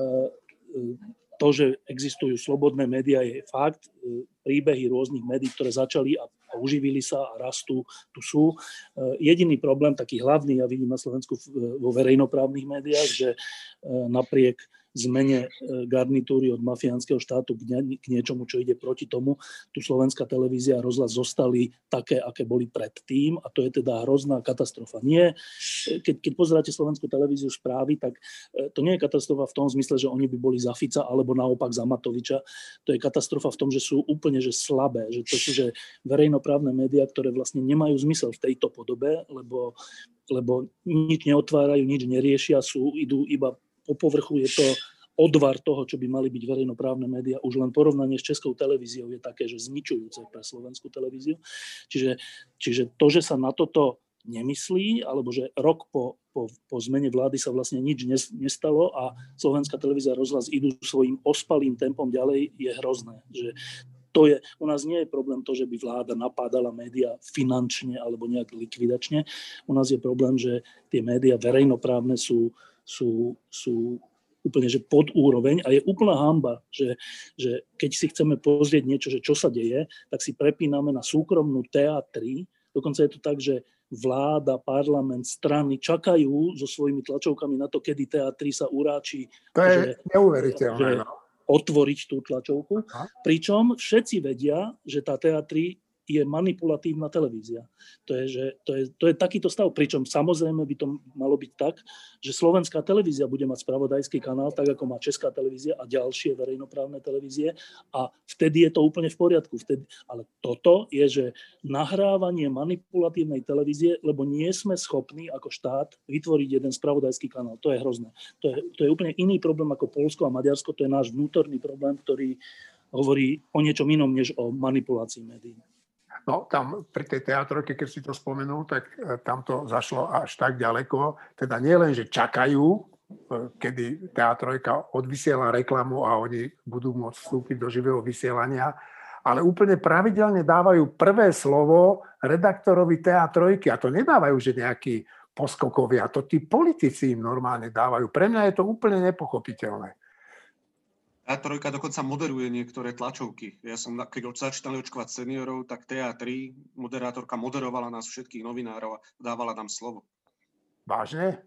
To, že existujú slobodné médiá, je fakt. Príbehy rôznych médií, ktoré začali a uživili sa a rastú, tu sú. Jediný problém, taký hlavný, ja vidím na Slovensku vo verejnoprávnych médiách, že napriek zmene garnitúry od mafiánskeho štátu k niečomu, čo ide proti tomu, tu slovenská televízia a rozhlas zostali také, aké boli predtým, a to je teda hrozná katastrofa. Nie, keď pozeráte slovenskú televíziu správy, tak to nie je katastrofa v tom zmysle, že oni by boli za Fica alebo naopak za Matoviča. To je katastrofa v tom, že sú úplne že slabé, že to sú že verejnoprávne médiá, ktoré vlastne nemajú zmysel v tejto podobe, lebo nič neotvárajú, nič neriešia, idú iba po povrchu. Je to odvar toho, čo by mali byť verejnoprávne médiá. Už len porovnanie s Českou televíziou je také, že zničujúce pre slovenskú televíziu. Čiže to, že sa na toto nemyslí, alebo že rok po zmene vlády sa vlastne nič nestalo a slovenská televízia a rozhlas idú svojím ospalým tempom ďalej, je hrozné. Že u nás nie je problém to, že by vláda napádala médiá finančne alebo nejak likvidačne. U nás je problém, že tie médiá verejnoprávne sú úplne že pod úroveň a je úplná hanba, že keď si chceme pozrieť niečo, že čo sa deje, tak si prepíname na súkromnú TA3. Dokonca je to tak, že vláda, parlament, strany čakajú so svojimi tlačovkami na to, kedy TA3 sa uráči. To je neuveriteľné. Otvoriť tú tlačovku. Pričom všetci vedia, že tá TA3 je manipulatívna televízia. To je takýto stav. Pričom samozrejme by to malo byť tak, že slovenská televízia bude mať spravodajský kanál, tak ako má Česká televízia a ďalšie verejnoprávne televízie, a vtedy je to úplne v poriadku. Ale toto je, že nahrávanie manipulatívnej televízie, lebo nie sme schopní ako štát vytvoriť jeden spravodajský kanál. To je hrozné. To je úplne iný problém ako Poľsko a Maďarsko. To je náš vnútorný problém, ktorý hovorí o niečom inom, než o manipulácii médií. No tam pri tej teatrojke, keď si to spomenul, tak tam to zašlo až tak ďaleko. Teda nie len, že čakajú, kedy teatrojka odvysiela reklamu a oni budú môcť vstúpiť do živého vysielania, ale úplne pravidelne dávajú prvé slovo redaktorovi teatrojky. A to nedávajú, že nejakí poskokovia, to tí politici im normálne dávajú. Pre mňa je to úplne nepochopiteľné. TA3 dokonca moderuje niektoré tlačovky. Ja som, keď začínali očkovať seniorov, tak TA3 moderátorka moderovala nás všetkých novinárov a dávala nám slovo. Vážne?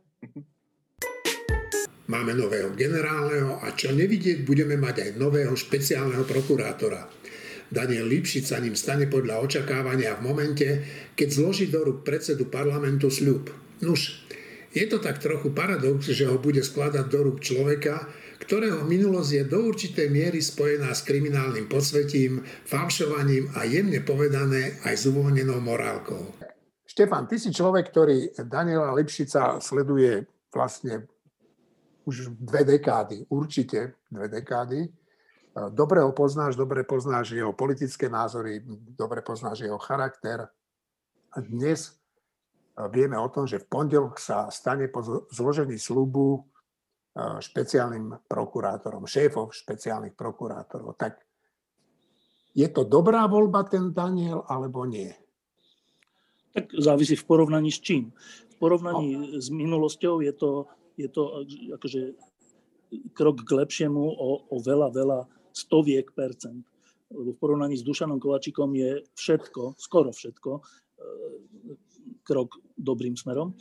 Máme nového generálneho a čo nevidieť, budeme mať aj nového špeciálneho prokurátora. Daniel Lipšic sa ním stane podľa očakávania v momente, keď zloží do rúk predsedu parlamentu sľub. Nuž, je to tak trochu paradox, že ho bude skladať do rúk človeka, ktorého minulosť je do určitej miery spojená s kriminálnym podsvetím, falšovaním a jemne povedané aj s uvoľnenou morálkou. Štefan, ty si človek, ktorý Daniela Lipšica sleduje vlastne už 2 dekády, určite 2 dekády. Dobre ho poznáš, dobre poznáš jeho politické názory, dobre poznáš jeho charakter. A dnes vieme o tom, že v pondelok sa stane po zložení sľubu špeciálnym prokurátorom, šéfom špeciálnych prokurátorov. Tak je to dobrá voľba ten Daniel, alebo nie? Tak závisí v porovnaní s čím. V porovnaní s minulosťou je to akože krok k lepšiemu o veľa stoviek percent. Lebo v porovnaní s Dušanom Kovačikom je všetko, skoro všetko, krok dobrým smerom.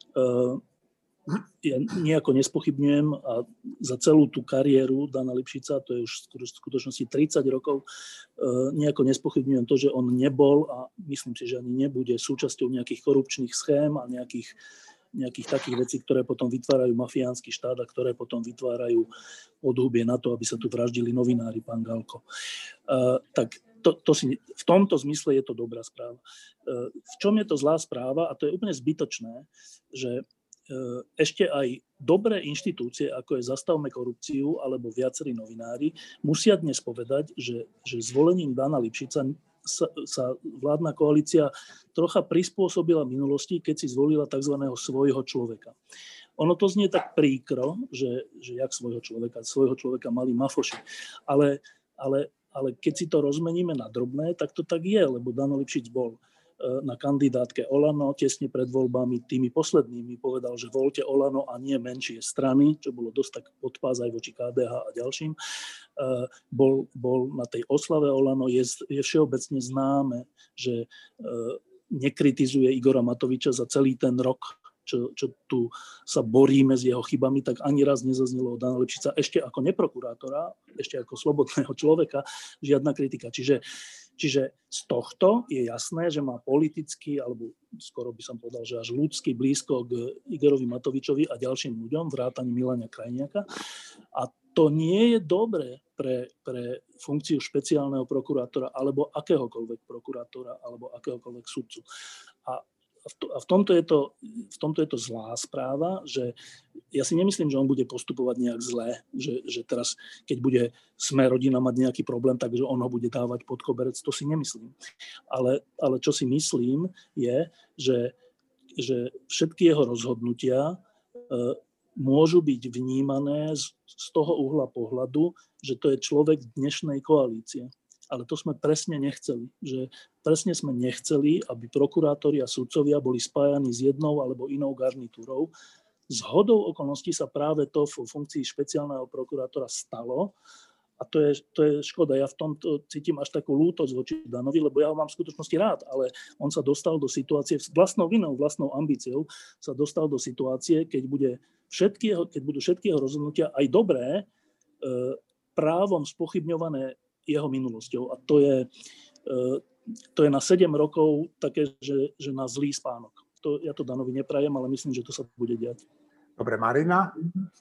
Ja nejako nespochybňujem a za celú tú kariéru Dana Lipšica, to je už v skutočnosti 30 rokov, nejako nespochybňujem to, že on nebol a myslím si, že ani nebude súčasťou nejakých korupčných schém a nejakých takých vecí, ktoré potom vytvárajú mafiánsky štát a ktoré potom vytvárajú podhubie na to, aby sa tu vraždili novinári, pán Galko. Tak v tomto zmysle je to dobrá správa. V čom je to zlá správa, a to je úplne zbytočné, že ešte aj dobré inštitúcie, ako je Zastavme korupciu alebo viacerí novinári, musia dnes povedať, že zvolením Dana Lipšica sa vládna koalícia trocha prispôsobila minulosti, keď si zvolila tzv. Svojho človeka. Ono to znie tak príkro, že jak svojho človeka mali mafoši. Ale keď si to rozmeníme na drobné, tak to tak je, lebo Dano Lipšic bol na kandidátke Olano tesne pred voľbami, tými poslednými povedal, že voľte Olano a nie menšie strany, čo bolo dosť tak podpás aj voči KDH a ďalším. Bol na tej oslave Olano, je všeobecne známe, že nekritizuje Igora Matoviča za celý ten rok, čo tu sa boríme s jeho chybami, tak ani raz nezaznelo od Dana Lipšica ešte ako neprokurátora, ešte ako slobodného človeka, žiadna kritika. Čiže z tohto je jasné, že má politicky, alebo skoro by som povedal, že až ľudsky blízko k Igorovi Matovičovi a ďalším ľuďom, vrátane Milana Krajniaka. A to nie je dobré pre funkciu špeciálneho prokurátora alebo akéhokoľvek prokurátora alebo akéhokoľvek sudcu. A v tomto je to zlá správa, že ja si nemyslím, že on bude postupovať nejak zle, že teraz, keď bude Smer-rodina mať nejaký problém, takže on ho bude dávať pod koberec, to si nemyslím. Ale čo si myslím je, že všetky jeho rozhodnutia môžu byť vnímané z toho uhla pohľadu, že to je človek dnešnej koalície. Ale to sme presne nechceli. Presne sme nechceli, aby prokurátori a sudcovia boli spájani s jednou alebo inou garnitúrou. Zhodou okolností sa práve to v funkcii špeciálneho prokurátora stalo. A to je škoda. Ja v tomto cítim až takú lútosť voči Danovi, lebo ja ho mám v skutočnosti rád, ale on sa dostal do situácie, vlastnou vinou, vlastnou ambíciou, sa dostal do situácie, keď budú všetky jeho rozhodnutia aj dobré, právom spochybňované jeho minulosťou. A to je na 7 rokov také, že na zlý spánok. Ja to Danovi neprajem, ale myslím, že to sa bude diať. Dobre, Marina?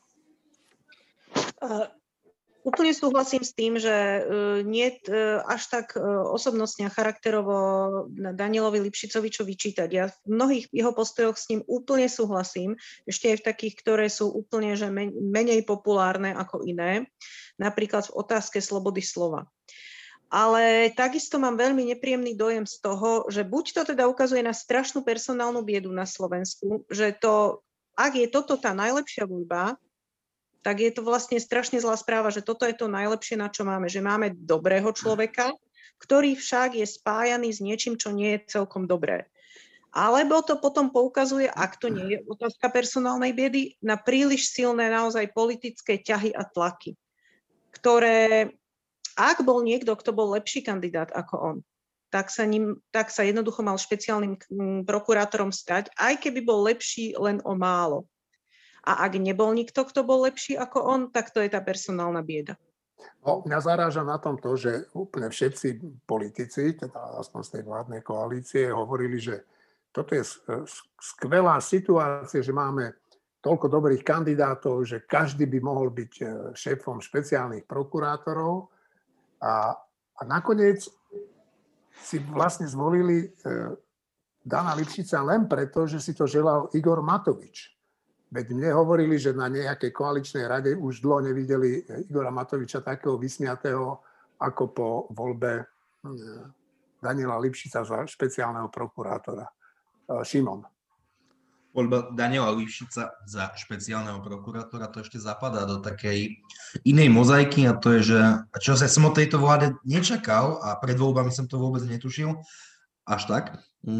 Úplne súhlasím s tým, že nie až tak osobnostne a charakterovo Danielovi Lipšicovi čo vyčítať. Ja v mnohých jeho postojoch s ním úplne súhlasím, ešte aj v takých, ktoré sú úplne že menej populárne ako iné, napríklad v otázke slobody slova. Ale takisto mám veľmi nepríjemný dojem z toho, že buď to teda ukazuje na strašnú personálnu biedu na Slovensku, že ak je toto tá najlepšia voľba, tak je to vlastne strašne zlá správa, že toto je to najlepšie, na čo máme. Že máme dobrého človeka, ktorý však je spájaný s niečím, čo nie je celkom dobré. Alebo to potom poukazuje, ak to nie je otázka personálnej biedy, na príliš silné naozaj politické ťahy a tlaky, ktoré, ak bol niekto, kto bol lepší kandidát ako on, tak sa jednoducho mal špeciálnym prokurátorom stať, aj keby bol lepší len o málo. A ak nebol nikto, kto bol lepší ako on, tak to je tá personálna bieda. No, mňa zaráža na tom to, že úplne všetci politici, teda aspoň z tej vládnej koalície, hovorili, že toto je skvelá situácia, že máme toľko dobrých kandidátov, že každý by mohol byť šéfom špeciálnych prokurátorov a nakoniec si vlastne zvolili Dana Lipšica len preto, že si to želal Igor Matovič. Veď mne hovorili, že na nejakej koaličnej rade už dlho nevideli Igora Matoviča takého vysmiatého ako po voľbe Daniela Lipšica za špeciálneho prokurátora. Šimon. Voľba Daniela Lipšica za špeciálneho prokurátora to ešte zapadá do takej inej mozaiky a to je, že čo som od tejto vláde nečakal a pred voľbami som to vôbec netušil až tak,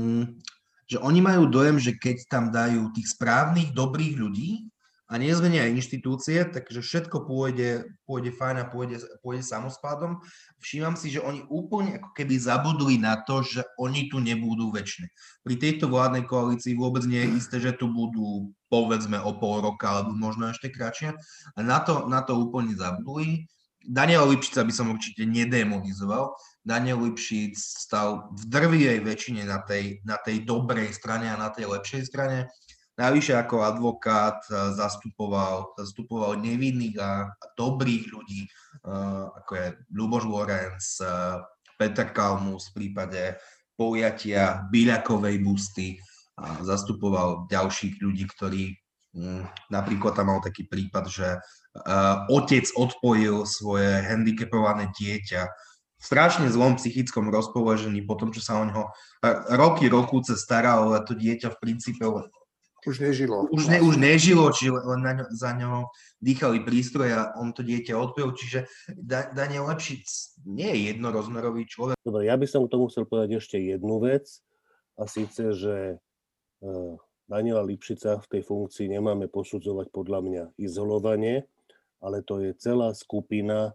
že oni majú dojem, že keď tam dajú tých správnych, dobrých ľudí a nezmenia inštitúcie, takže všetko pôjde fajn a pôjde samospádom. Všímam si, že oni úplne ako keby zabudli na to, že oni tu nebudú večne. Pri tejto vládnej koalícii vôbec nie je isté, že tu budú povedzme o pol roka alebo možno ešte kratšie. A na to úplne zabudli. Daniela Lipšica by som určite nedemonizoval. Daniel Lipšic stal v drvivej väčšine na tej dobrej strane a na tej lepšej strane. Navyše ako advokát zastupoval nevinných a dobrých ľudí, ako je Ľuboš Lorenc, Peter Kalmus v prípade pojatia Biľakovej busty. A zastupoval ďalších ľudí, ktorí napríklad tam mal taký prípad, že otec odpojil svoje handicapované dieťa v strašne zlom psychickom rozpoložení po tom, čo sa o neho rokúce staral, ale to dieťa v princípe už nežilo. Už nežilo, čiže len za ňo dýchali prístroje a on to dieťa odpojil. Čiže Daniel Lipšic nie je jednorozmerový človek. Dobre, ja by som k tomu chcel povedať ešte jednu vec a síce, že Daniela Lipšica v tej funkcii nemáme posudzovať podľa mňa izolovane, ale to je celá skupina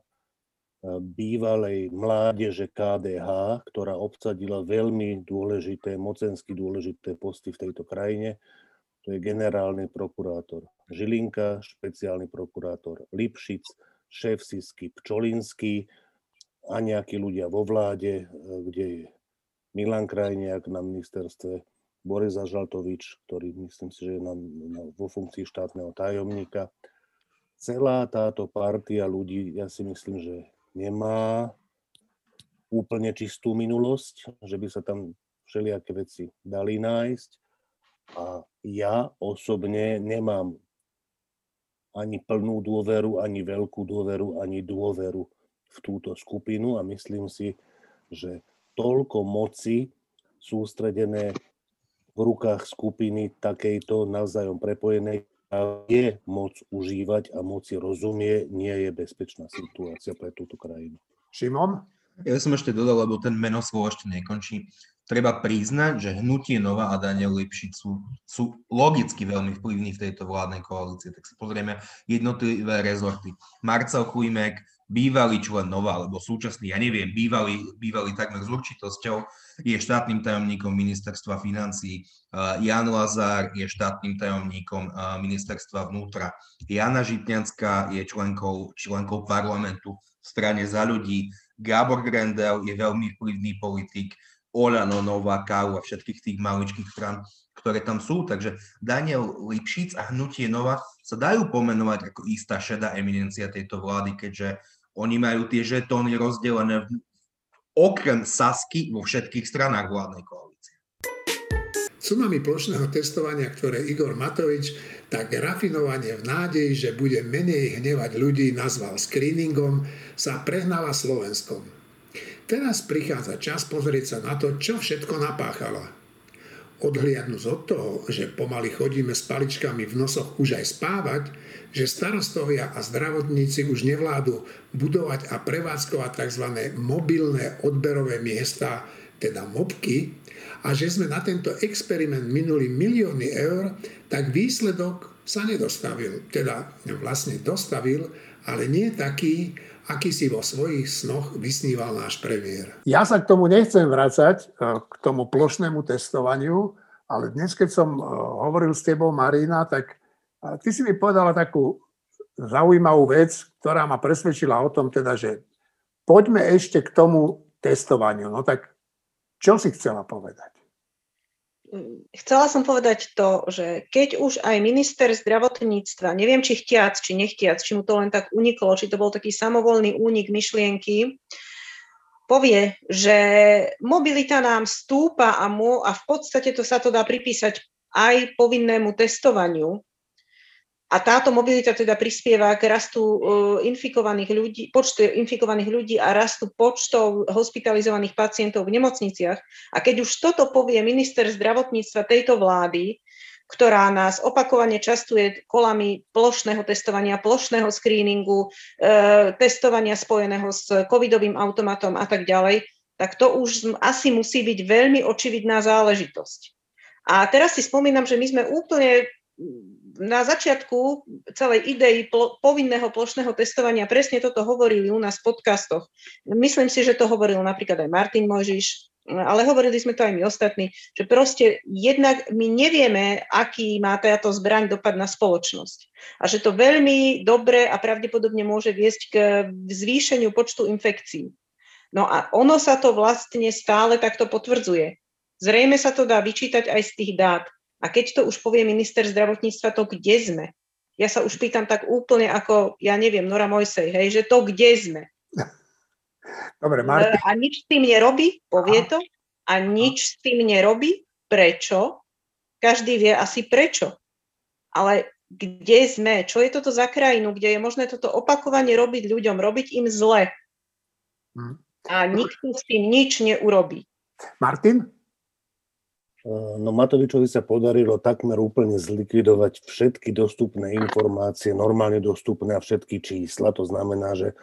bývalej mládeže KDH, ktorá obsadila veľmi dôležité, mocensky dôležité posty v tejto krajine. To je generálny prokurátor Žilinka, špeciálny prokurátor Lipšic, šéf SIS-ky Pčolinský a nejakí ľudia vo vláde, kde je Milan Krajniak na ministerstve, Boris Žaltovič, ktorý myslím si, že je vo funkcii štátneho tajomníka. Celá táto partia ľudí, ja si myslím, že nemá úplne čistú minulosť, že by sa tam všelijaké veci dali nájsť. A ja osobne nemám ani plnú dôveru, ani veľkú dôveru, ani dôveru v túto skupinu a myslím si, že toľko moci sústredené v rukách skupiny takejto navzájom prepojenej je moc užívať a moci rozumie, nie je bezpečná situácia pre túto krajinu. Šimon? Ja som ešte dodal, lebo ten menoslov ešte nekončí. Treba priznať, že Hnutie Nová a Daniel Lipšic sú logicky veľmi vplyvní v tejto vládnej koalícii. Tak si pozrieme jednotlivé rezorty. Marcel Kujmek, bývalý člen Nová, alebo súčasný, ja neviem, bývalý takmer s určitosťou, je štátnym tajomníkom ministerstva financií. Jan Lazár je štátnym tajomníkom ministerstva vnútra. Jana Žitňanská je členkou parlamentu v strane Za ľudí. Gábor Grendel je veľmi vplyvný politik. Oľano, Nová, KAU a všetkých tých maličkých strán, ktoré tam sú. Takže Daniel Lipšic a Hnutie Nová sa dajú pomenovať ako istá šedá eminencia tejto vlády, keďže oni majú tie žetóny rozdelené okrem Sasky vo všetkých stranách vládnej koalície. Tsunami plošného testovania, ktoré Igor Matovič tak rafinovane v nádeji, že bude menej hnevať ľudí, nazval screeningom, sa prehnáva Slovenskom. Teraz prichádza čas pozrieť sa na to, čo všetko napáchala. Odhliadnúc od toho, že pomaly chodíme s paličkami v nosoch už aj spávať, že starostovia a zdravotníci už nevládu budovať a prevádzkovať tzv. Mobilné odberové miesta, teda MOBky, a že sme na tento experiment minuli milióny eur, tak výsledok sa nedostavil. Teda vlastne dostavil, ale nie taký, aký si vo svojich snoch vysníval náš premiér. Ja sa k tomu nechcem vracať, k tomu plošnému testovaniu, ale dnes, keď som hovoril s tebou, Marina, tak ty si mi povedala takú zaujímavú vec, ktorá ma presvedčila o tom, teda, že poďme ešte k tomu testovaniu. No tak čo si chcela povedať? chcela som povedať to, že keď už aj minister zdravotníctva, neviem, či chtiac, či nechtiac, či mu to len tak uniklo, či to bol taký samovolný únik myšlienky, povie, že mobilita nám stúpa a v podstate sa to dá pripísať aj povinnému testovaniu. A táto mobilita teda prispieva k rastu počtu infikovaných ľudí a rastu počtov hospitalizovaných pacientov v nemocniciach. A keď už toto povie minister zdravotníctva tejto vlády, ktorá nás opakovane častuje kolami plošného testovania, plošného screeningu, testovania spojeného s covidovým automatom a tak ďalej, tak to už asi musí byť veľmi očividná záležitosť. A teraz si spomínam, že my sme úplne na začiatku celej idei povinného plošného testovania presne toto hovorili u nás v podcastoch. Myslím si, že to hovoril napríklad aj Martin Mojžiš, ale hovorili sme to aj my ostatní, že proste jednak my nevieme, aký má táto zbraň dopad na spoločnosť. A že to veľmi dobre a pravdepodobne môže viesť k zvýšeniu počtu infekcií. No a ono sa to vlastne stále takto potvrdzuje. Zrejme sa to dá vyčítať aj z tých dát. A keď to už povie minister zdravotníctva, to kde sme? Ja sa už pýtam tak úplne ako, ja neviem, Nora Mojsej, hej, že to kde sme? Dobre, Martin. A nič s tým nerobí, povie to, a nič s tým nerobí. Prečo? Každý vie asi prečo. Ale kde sme? Čo je toto za krajinu, kde je možné toto opakovane robiť ľuďom, robiť im zle? A nikto s tým nič neurobí. Martin? No Matovičovi sa podarilo takmer úplne zlikvidovať všetky dostupné informácie, normálne dostupné a všetky čísla. To znamená, že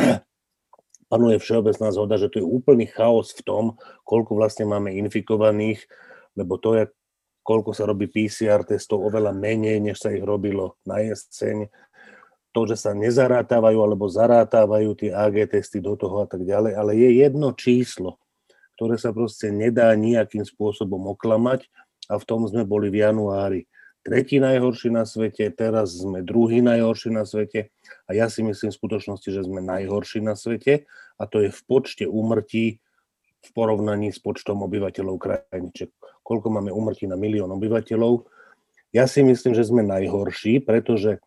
panuje všeobecná zhoda, že to je úplný chaos v tom, koľko vlastne máme infikovaných, lebo to je, koľko sa robí PCR testov, oveľa menej, než sa ich robilo na jeseň. To, že sa nezarátávajú alebo zarátávajú tie AG testy do toho a tak ďalej, ale je jedno číslo, ktoré sa proste nedá nejakým spôsobom oklamať a v tom sme boli v januári 3. najhorší na svete, teraz sme 2. najhorší na svete a ja si myslím v skutočnosti, že sme najhorší na svete a to je v počte úmrtí v porovnaní s počtom obyvateľov krajiny. Čiže koľko máme úmrtí na 1 000 000 obyvateľov. Ja si myslím, že sme najhorší, pretože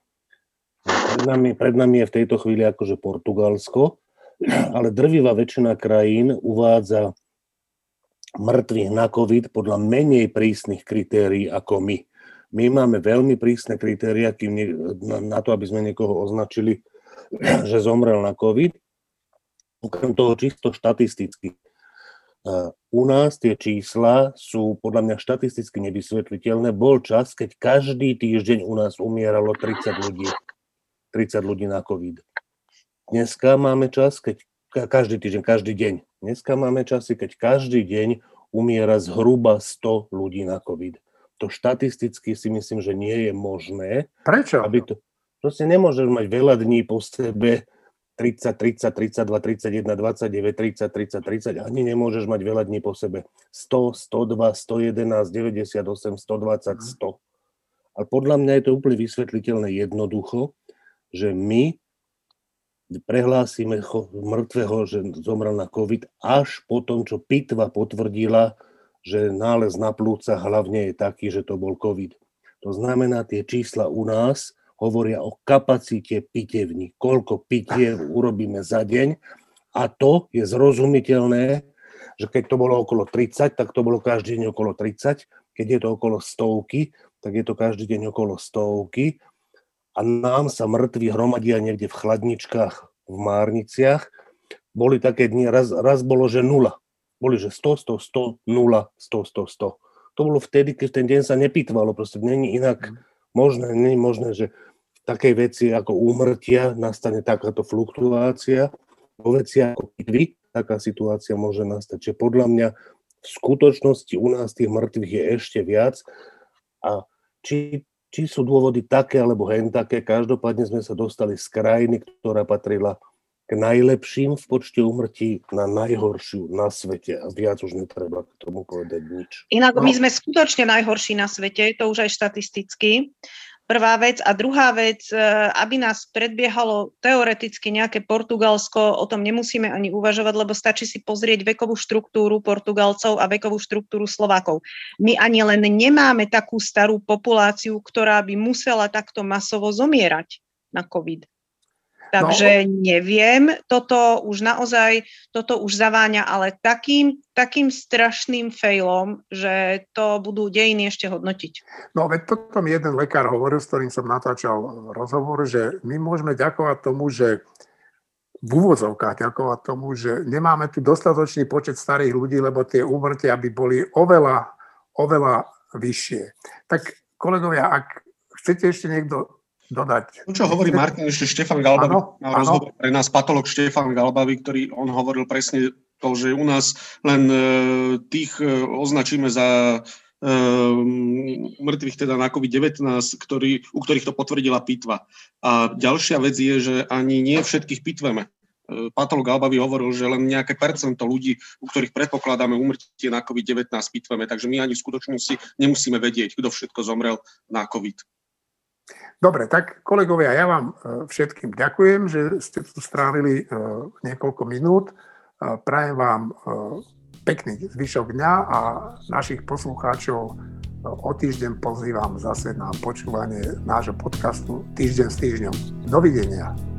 pred nami je v tejto chvíli akože Portugalsko, ale drvivá väčšina krajín uvádza mŕtvych na COVID podľa menej prísnych kritérií ako my. My máme veľmi prísne kritériá na to, aby sme niekoho označili, že zomrel na COVID. Okrem toho čisto štatisticky. U nás tie čísla sú podľa mňa štatisticky nevysvetliteľné. Bol čas, keď každý týždeň u nás umieralo 30 ľudí na COVID. Dneska máme čas, keď každý týždeň, každý deň. Dneska máme časy, keď každý deň umiera zhruba 100 ľudí na COVID. To štatisticky si myslím, že nie je možné. Prečo? Proste nemôžeš mať veľa dní po sebe 30, 30, 32, 31, 29, 30, 30, 30. Ani nemôžeš mať veľa dní po sebe 100, 102, 111, 98, 120, 100. Ale podľa mňa je to úplne vysvetliteľné jednoducho, že my prehlásime mŕtvého, že zomrel na COVID, až po tom, čo pitva potvrdila, že nález na plúcach hlavne je taký, že to bol COVID. To znamená, tie čísla u nás hovoria o kapacite pitevní, koľko pitiev urobíme za deň a to je zrozumiteľné, že keď to bolo okolo 30, tak to bolo každý deň okolo 30, keď je to okolo 100, tak je to každý deň okolo 100. A nám sa mŕtvi hromadia niekde v chladničkách, v márniciach. Boli také dni, raz bolo, že 0. Boli, že 100, 100, 100, 0, 100, 100, 100. To bolo vtedy, keď ten deň sa nepýtvalo. Proste není inak možné, že v takej veci ako úmrtia nastane takáto fluktuácia. Vo veci ako pitvy taká situácia môže nastať. Čiže podľa mňa v skutočnosti u nás tých mŕtvych je ešte viac. A či sú dôvody také alebo hen také, každopádne sme sa dostali z krajiny, ktorá patrila k najlepším v počte úmrtí na najhoršiu na svete. A viac už netreba k tomu povedať nič. Inak my sme skutočne najhorší na svete, to už aj štatisticky. Prvá vec. A druhá vec, aby nás predbiehalo teoreticky nejaké Portugalsko, o tom nemusíme ani uvažovať, lebo stačí si pozrieť vekovú štruktúru Portugalcov a vekovú štruktúru Slovákov. My ani len nemáme takú starú populáciu, ktorá by musela takto masovo zomierať na COVID. Takže neviem, toto už zaváňa ale takým strašným failom, že to budú dejiny ešte hodnotiť. No veď toto mi jeden lekár hovoril, s ktorým som natáčal rozhovor, že my môžeme ďakovať tomu, že v úvodzovkách ďakovať tomu, že nemáme tu dostatočný počet starých ľudí, lebo tie úmrtia by boli oveľa vyššie. Tak kolegovia, ak chcete ešte niekto dodať. Čo hovorí Martin, ešte Štefan Galbavý, mal rozhovor pre nás patológ Štefan Galbavý, ktorý on hovoril presne to, že u nás len tých označíme za mŕtvych teda na COVID-19, u ktorých to potvrdila pitva. A ďalšia vec je, že ani nie všetkých pitveme. Patológ Galbavý hovoril, že len nejaké percento ľudí, u ktorých predpokladáme úmrtie na COVID-19 pitveme, takže my ani v skutočnosti nemusíme vedieť, kto všetko zomrel na COVID. Dobre, tak kolegovia, ja vám všetkým ďakujem, že ste tu strávili niekoľko minút. Prajem vám pekný zvyšok dňa a našich poslucháčov o týždeň pozývam zase na počúvanie nášho podcastu Týždeň s týždňom. Dovidenia.